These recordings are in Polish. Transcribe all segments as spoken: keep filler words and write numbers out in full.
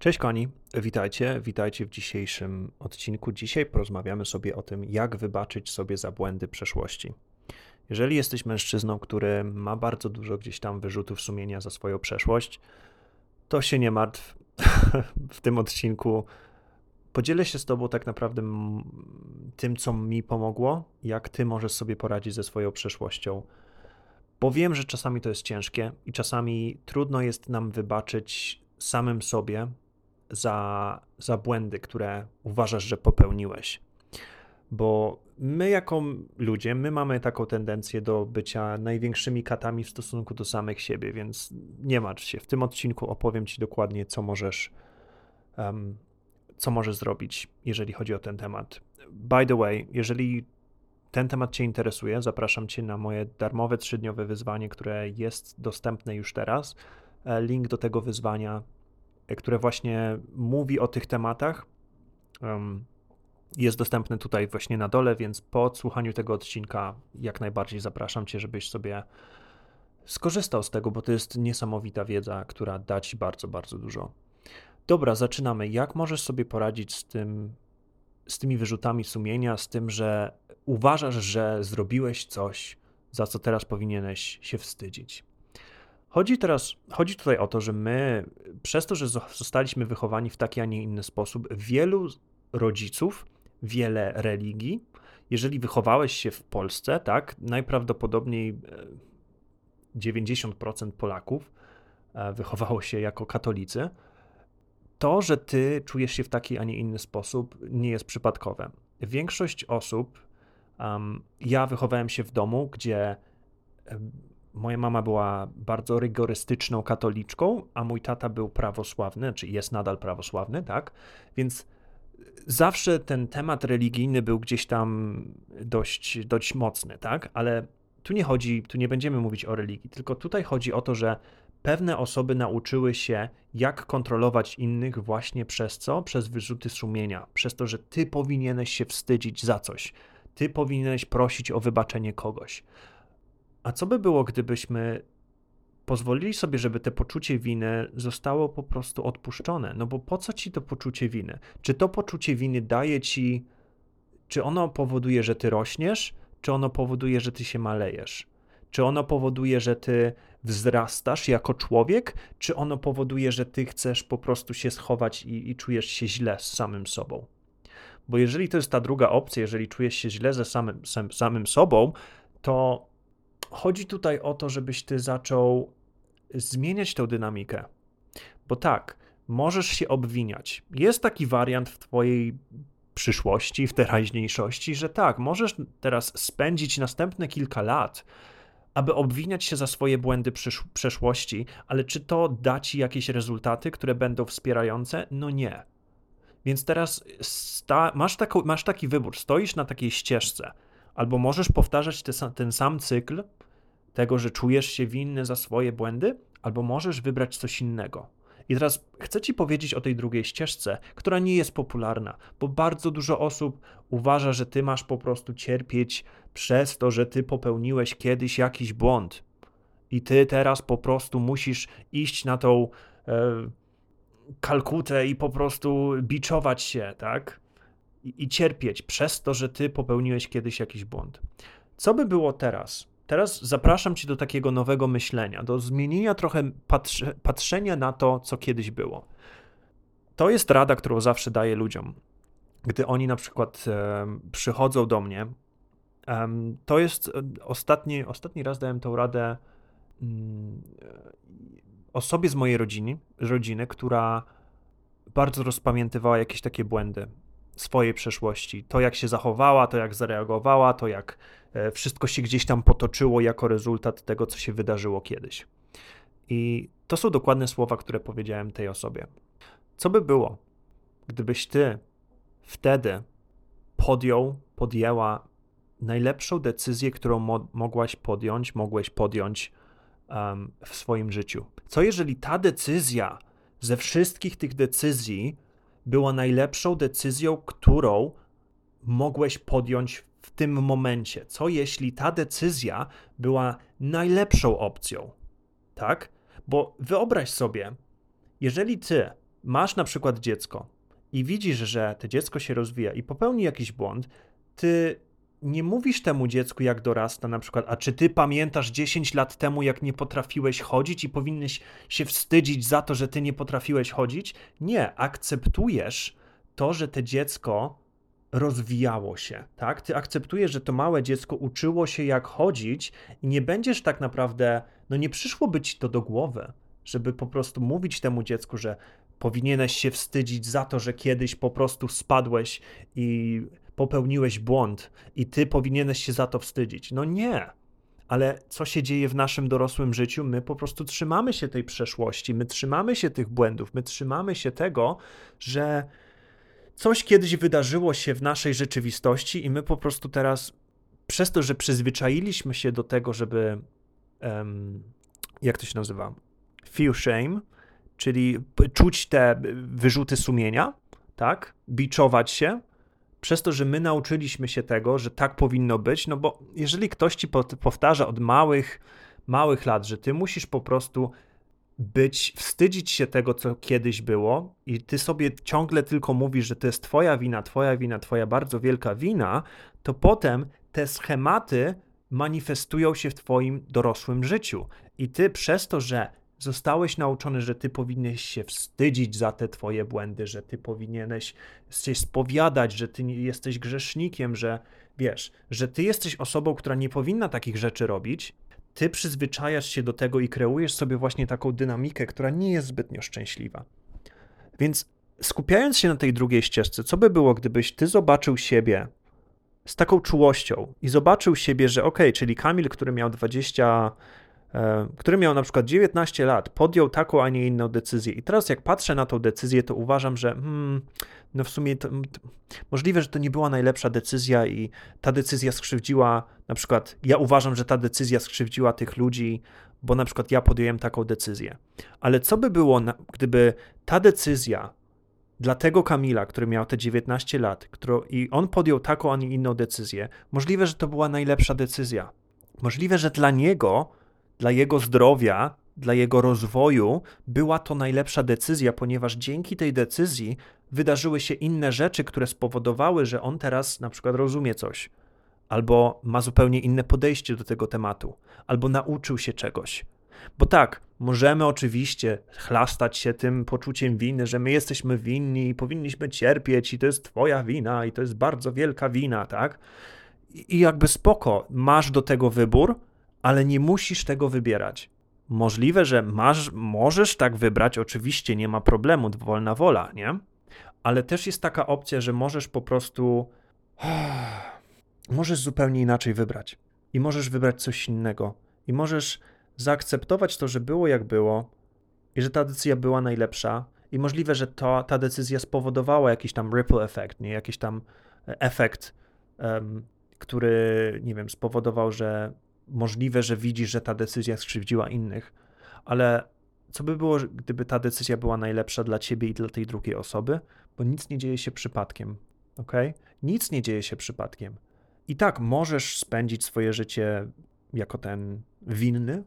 Cześć kochani, witajcie, witajcie w dzisiejszym odcinku. Dzisiaj porozmawiamy sobie o tym, jak wybaczyć sobie za błędy przeszłości. Jeżeli jesteś mężczyzną, który ma bardzo dużo gdzieś tam wyrzutów sumienia za swoją przeszłość, to się nie martw. W tym odcinku podzielę się z tobą tak naprawdę tym, co mi pomogło, jak ty możesz sobie poradzić ze swoją przeszłością. Bo wiem, że czasami to jest ciężkie i czasami trudno jest nam wybaczyć samym sobie za, za błędy, które uważasz, że popełniłeś. Bo my jako ludzie, my mamy taką tendencję do bycia największymi katami w stosunku do samych siebie, więc nie martw się. W tym odcinku opowiem ci dokładnie, co możesz, um, co możesz zrobić, jeżeli chodzi o ten temat. By the way, jeżeli ten temat cię interesuje, zapraszam cię na moje darmowe trzydniowe wyzwanie, które jest dostępne już teraz. Link do tego wyzwania, które właśnie mówi o tych tematach, um, jest dostępny tutaj właśnie na dole, więc po odsłuchaniu tego odcinka jak najbardziej zapraszam cię, żebyś sobie skorzystał z tego, bo to jest niesamowita wiedza, która da ci bardzo, bardzo dużo. Dobra, zaczynamy. Jak możesz sobie poradzić z tym, z tymi wyrzutami sumienia, z tym, że uważasz, że zrobiłeś coś, za co teraz powinieneś się wstydzić? Chodzi teraz, chodzi tutaj o to, że my, przez to, że zostaliśmy wychowani w taki, a nie inny sposób, wielu rodziców, wiele religii, jeżeli wychowałeś się w Polsce, tak, najprawdopodobniej dziewięćdziesiąt procent Polaków wychowało się jako katolicy, to, że ty czujesz się w taki, a nie inny sposób, nie jest przypadkowe. Większość osób, um, ja wychowałem się w domu, gdzie moja mama była bardzo rygorystyczną katoliczką, a mój tata był prawosławny, czy jest nadal prawosławny, tak? Więc zawsze ten temat religijny był gdzieś tam dość, dość mocny, tak? Ale tu nie chodzi, tu nie będziemy mówić o religii, tylko tutaj chodzi o to, że pewne osoby nauczyły się, jak kontrolować innych właśnie przez co? Przez wyrzuty sumienia, przez to, że ty powinieneś się wstydzić za coś, ty powinieneś prosić o wybaczenie kogoś. A co by było, gdybyśmy pozwolili sobie, żeby te poczucie winy zostało po prostu odpuszczone? No bo po co ci to poczucie winy? Czy to poczucie winy daje ci, czy ono powoduje, że ty rośniesz, czy ono powoduje, że ty się malejesz? Czy ono powoduje, że ty wzrastasz jako człowiek, czy ono powoduje, że ty chcesz po prostu się schować i, i czujesz się źle z samym sobą? Bo jeżeli to jest ta druga opcja, jeżeli czujesz się źle ze samym, sam, samym sobą, to chodzi tutaj o to, żebyś ty zaczął zmieniać tę dynamikę. Bo tak, możesz się obwiniać. Jest taki wariant w twojej przyszłości, w teraźniejszości, że tak, możesz teraz spędzić następne kilka lat, aby obwiniać się za swoje błędy przysz- przeszłości, ale czy to da ci jakieś rezultaty, które będą wspierające? No nie. Więc teraz sta- masz, taką, masz taki wybór, stoisz na takiej ścieżce, albo możesz powtarzać te, ten sam cykl tego, że czujesz się winny za swoje błędy, albo możesz wybrać coś innego. I teraz chcę ci powiedzieć o tej drugiej ścieżce, która nie jest popularna, bo bardzo dużo osób uważa, że ty masz po prostu cierpieć przez to, że ty popełniłeś kiedyś jakiś błąd. I ty teraz po prostu musisz iść na tą e, Kalkutę i po prostu biczować się, tak? I, I cierpieć przez to, że ty popełniłeś kiedyś jakiś błąd. Co by było teraz? Teraz zapraszam cię do takiego nowego myślenia, do zmienienia trochę patrze, patrzenia na to, co kiedyś było. To jest rada, którą zawsze daję ludziom. Gdy oni na przykład e, przychodzą do mnie, e, to jest ostatni, ostatni raz dałem tą radę mm, osobie z mojej rodziny, rodziny, która bardzo rozpamiętywała jakieś takie błędy swojej przeszłości. To, jak się zachowała, to, jak zareagowała, to, jak wszystko się gdzieś tam potoczyło jako rezultat tego, co się wydarzyło kiedyś. I to są dokładne słowa, które powiedziałem tej osobie. Co by było, gdybyś ty wtedy podjął, podjęła najlepszą decyzję, którą mo- mogłaś podjąć, mogłeś podjąć um, w swoim życiu? Co jeżeli ta decyzja ze wszystkich tych decyzji była najlepszą decyzją, którą mogłeś podjąć w tym momencie? Co jeśli ta decyzja była najlepszą opcją? Tak? Bo wyobraź sobie, jeżeli ty masz na przykład dziecko i widzisz, że to dziecko się rozwija i popełni jakiś błąd, ty nie mówisz temu dziecku, jak dorasta na przykład, a czy ty pamiętasz dziesięć lat temu, jak nie potrafiłeś chodzić i powinieneś się wstydzić za to, że ty nie potrafiłeś chodzić? Nie, akceptujesz to, że to dziecko rozwijało się, tak? Ty akceptujesz, że to małe dziecko uczyło się, jak chodzić i nie będziesz tak naprawdę, no nie przyszłoby ci to do głowy, żeby po prostu mówić temu dziecku, że powinieneś się wstydzić za to, że kiedyś po prostu spadłeś i popełniłeś błąd i ty powinieneś się za to wstydzić. No nie. Ale co się dzieje w naszym dorosłym życiu? My po prostu trzymamy się tej przeszłości, my trzymamy się tych błędów, my trzymamy się tego, że coś kiedyś wydarzyło się w naszej rzeczywistości i my po prostu teraz, przez to, że przyzwyczailiśmy się do tego, żeby, um, jak to się nazywa? Feel shame, czyli czuć te wyrzuty sumienia, tak? Biczować się, przez to, że my nauczyliśmy się tego, że tak powinno być, no bo jeżeli ktoś ci powtarza od małych, małych lat, że ty musisz po prostu być, wstydzić się tego, co kiedyś było i ty sobie ciągle tylko mówisz, że to jest twoja wina, twoja wina, twoja bardzo wielka wina, to potem te schematy manifestują się w twoim dorosłym życiu. I ty przez to, że zostałeś nauczony, że ty powinieneś się wstydzić za te twoje błędy, że ty powinieneś się spowiadać, że ty jesteś grzesznikiem, że wiesz, że ty jesteś osobą, która nie powinna takich rzeczy robić, ty przyzwyczajasz się do tego i kreujesz sobie właśnie taką dynamikę, która nie jest zbytnio szczęśliwa. Więc skupiając się na tej drugiej ścieżce, co by było, gdybyś ty zobaczył siebie z taką czułością i zobaczył siebie, że okej, okay, czyli Kamil, który miał dwadzieścia który miał na przykład dziewiętnaście lat, podjął taką, a nie inną decyzję. I teraz jak patrzę na tą decyzję, to uważam, że hmm, no w sumie to, to, możliwe, że to nie była najlepsza decyzja i ta decyzja skrzywdziła, na przykład ja uważam, że ta decyzja skrzywdziła tych ludzi, bo na przykład ja podjąłem taką decyzję. Ale co by było, gdyby ta decyzja dla tego Kamila, który miał te dziewiętnaście lat, którą, i on podjął taką, a nie inną decyzję, możliwe, że to była najlepsza decyzja. Możliwe, że dla niego dla jego zdrowia, dla jego rozwoju była to najlepsza decyzja, ponieważ dzięki tej decyzji wydarzyły się inne rzeczy, które spowodowały, że on teraz na przykład rozumie coś, albo ma zupełnie inne podejście do tego tematu, albo nauczył się czegoś. Bo tak, możemy oczywiście chlastać się tym poczuciem winy, że my jesteśmy winni i powinniśmy cierpieć i to jest twoja wina i to jest bardzo wielka wina, tak? I jakby spoko, masz do tego wybór, ale nie musisz tego wybierać. Możliwe, że masz, możesz tak wybrać, oczywiście nie ma problemu, wolna wola, nie? Ale też jest taka opcja, że możesz po prostu możesz zupełnie inaczej wybrać i możesz wybrać coś innego i możesz zaakceptować to, że było jak było i że ta decyzja była najlepsza i możliwe, że to, ta decyzja spowodowała jakiś tam ripple effect, nie? Jakiś tam efekt, um, który, nie wiem, spowodował, że możliwe, że widzisz, że ta decyzja skrzywdziła innych, ale co by było, gdyby ta decyzja była najlepsza dla ciebie i dla tej drugiej osoby? Bo nic nie dzieje się przypadkiem, okej? Okay? Nic nie dzieje się przypadkiem. I tak możesz spędzić swoje życie jako ten winny,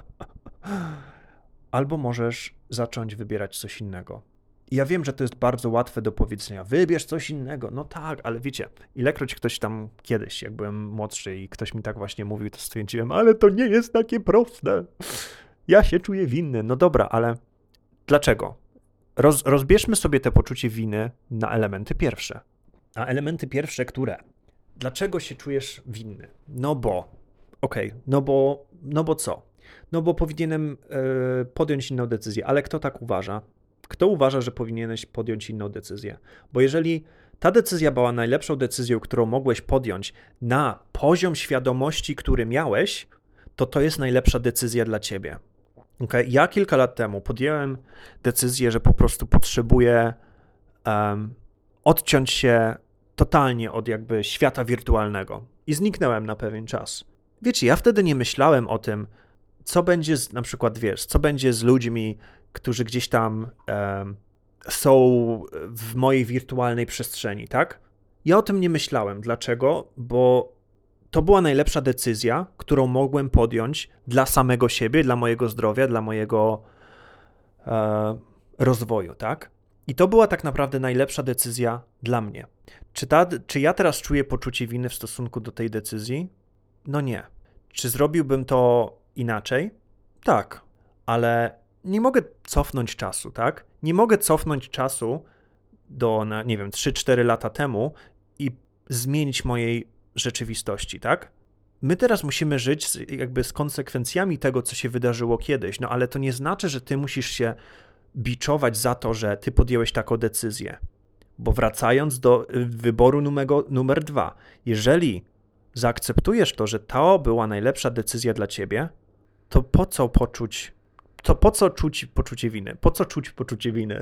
albo możesz zacząć wybierać coś innego. I ja wiem, że to jest bardzo łatwe do powiedzenia, wybierz coś innego, no tak, ale wiecie, ilekroć ktoś tam kiedyś, jak byłem młodszy i ktoś mi tak właśnie mówił, to stwierdziłem, ale to nie jest takie proste, ja się czuję winny. No dobra, ale dlaczego? Roz, rozbierzmy sobie te poczucie winy na elementy pierwsze. A elementy pierwsze, które? Dlaczego się czujesz winny? No bo, okej, okay, no bo, no bo co? No bo powinienem yy, podjąć inną decyzję, ale kto tak uważa? Kto uważa, że powinieneś podjąć inną decyzję? Bo jeżeli ta decyzja była najlepszą decyzją, którą mogłeś podjąć na poziom świadomości, który miałeś, to to jest najlepsza decyzja dla ciebie. Okay? Ja kilka lat temu podjąłem decyzję, że po prostu potrzebuję um, odciąć się totalnie od jakby świata wirtualnego i zniknąłem na pewien czas. Wiecie, ja wtedy nie myślałem o tym, co będzie z, na przykład, wiesz, co będzie z ludźmi, którzy gdzieś tam um, są w mojej wirtualnej przestrzeni, tak? Ja o tym nie myślałem. Dlaczego? Bo to była najlepsza decyzja, którą mogłem podjąć dla samego siebie, dla mojego zdrowia, dla mojego e, rozwoju, tak? I to była tak naprawdę najlepsza decyzja dla mnie. Czy, ta, czy ja teraz czuję poczucie winy w stosunku do tej decyzji? No nie. Czy zrobiłbym to inaczej? Tak, ale nie mogę cofnąć czasu, tak? Nie mogę cofnąć czasu do, na, nie wiem, trzy cztery lata temu i zmienić mojej rzeczywistości, tak? My teraz musimy żyć z, jakby z konsekwencjami tego, co się wydarzyło kiedyś, no ale to nie znaczy, że ty musisz się biczować za to, że ty podjąłeś taką decyzję. Bo wracając do wyboru numer, numer dwa, jeżeli zaakceptujesz to, że to była najlepsza decyzja dla ciebie, to po co poczuć, to po co czuć poczucie winy? Po co czuć poczucie winy?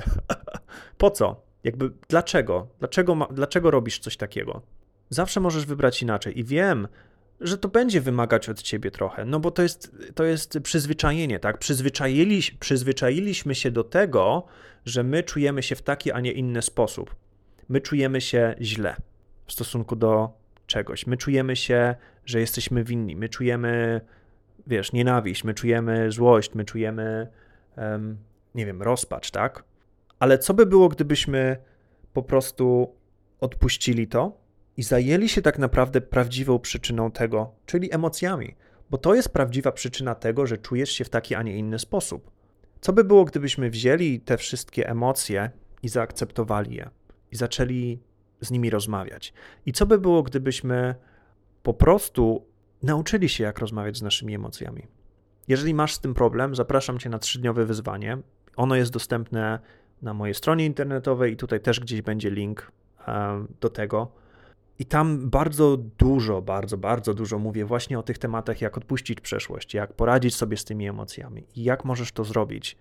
Po co? Jakby dlaczego? Dlaczego, ma, dlaczego robisz coś takiego? Zawsze możesz wybrać inaczej i wiem, że to będzie wymagać od ciebie trochę, no bo to jest, to jest przyzwyczajenie, tak? Przyzwyczaili, przyzwyczailiśmy się do tego, że my czujemy się w taki, a nie inny sposób. My czujemy się źle w stosunku do czegoś. My czujemy się, że jesteśmy winni. My czujemy, wiesz, nienawiść, my czujemy złość, my czujemy, um, nie wiem, rozpacz, tak? Ale co by było, gdybyśmy po prostu odpuścili to i zajęli się tak naprawdę prawdziwą przyczyną tego, czyli emocjami, bo to jest prawdziwa przyczyna tego, że czujesz się w taki, a nie inny sposób. Co by było, gdybyśmy wzięli te wszystkie emocje i zaakceptowali je i zaczęli z nimi rozmawiać? I co by było, gdybyśmy po prostu nauczyli się, jak rozmawiać z naszymi emocjami? Jeżeli masz z tym problem, zapraszam cię na trzydniowe wyzwanie. Ono jest dostępne na mojej stronie internetowej i tutaj też gdzieś będzie link um, do tego. I tam bardzo dużo, bardzo, bardzo dużo mówię właśnie o tych tematach, jak odpuścić przeszłość, jak poradzić sobie z tymi emocjami i jak możesz to zrobić.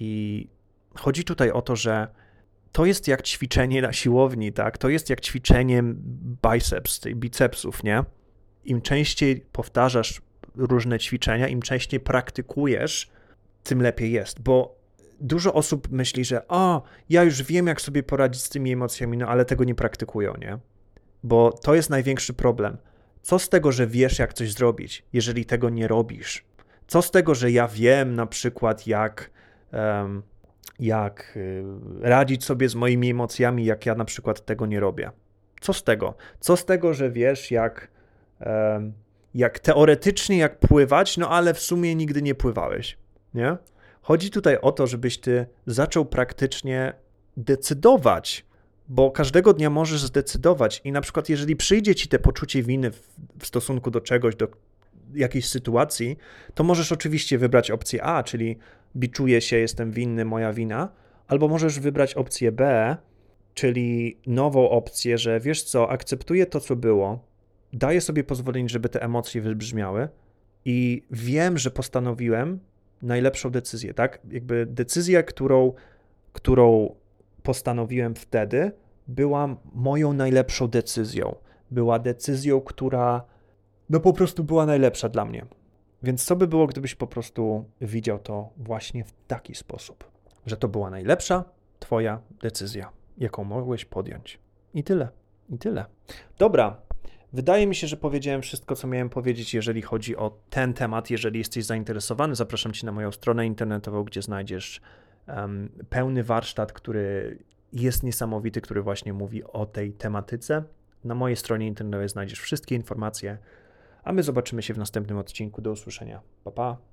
I chodzi tutaj o to, że to jest jak ćwiczenie na siłowni, tak? To jest jak ćwiczenie biceps, bicepsów, nie? Im częściej powtarzasz różne ćwiczenia, im częściej praktykujesz, tym lepiej jest, bo dużo osób myśli, że o, ja już wiem, jak sobie poradzić z tymi emocjami, no ale tego nie praktykują, nie? Bo to jest największy problem. Co z tego, że wiesz, jak coś zrobić, jeżeli tego nie robisz? Co z tego, że ja wiem na przykład, jak, um, jak radzić sobie z moimi emocjami, jak ja na przykład tego nie robię? Co z tego? Co z tego, że wiesz, jak, um, jak teoretycznie jak pływać, no ale w sumie nigdy nie pływałeś, nie? Chodzi tutaj o to, żebyś ty zaczął praktycznie decydować, bo każdego dnia możesz zdecydować i na przykład jeżeli przyjdzie ci te poczucie winy w, w stosunku do czegoś, do jakiejś sytuacji, to możesz oczywiście wybrać opcję A, czyli biczuję się, jestem winny, moja wina, albo możesz wybrać opcję B, czyli nową opcję, że wiesz co, akceptuję to, co było, daję sobie pozwolenie, żeby te emocje wybrzmiały i wiem, że postanowiłem najlepszą decyzję, tak? Jakby decyzja, którą, którą postanowiłem wtedy, była moją najlepszą decyzją. Była decyzją, która no po prostu była najlepsza dla mnie. Więc co by było, gdybyś po prostu widział to właśnie w taki sposób, że to była najlepsza twoja decyzja, jaką mogłeś podjąć. I tyle. I tyle. Dobra. Wydaje mi się, że powiedziałem wszystko, co miałem powiedzieć, jeżeli chodzi o ten temat. Jeżeli jesteś zainteresowany, zapraszam cię na moją stronę internetową, gdzie znajdziesz um, pełny warsztat, który jest niesamowity, który właśnie mówi o tej tematyce. Na mojej stronie internetowej znajdziesz wszystkie informacje, a my zobaczymy się w następnym odcinku. Do usłyszenia. Pa, pa.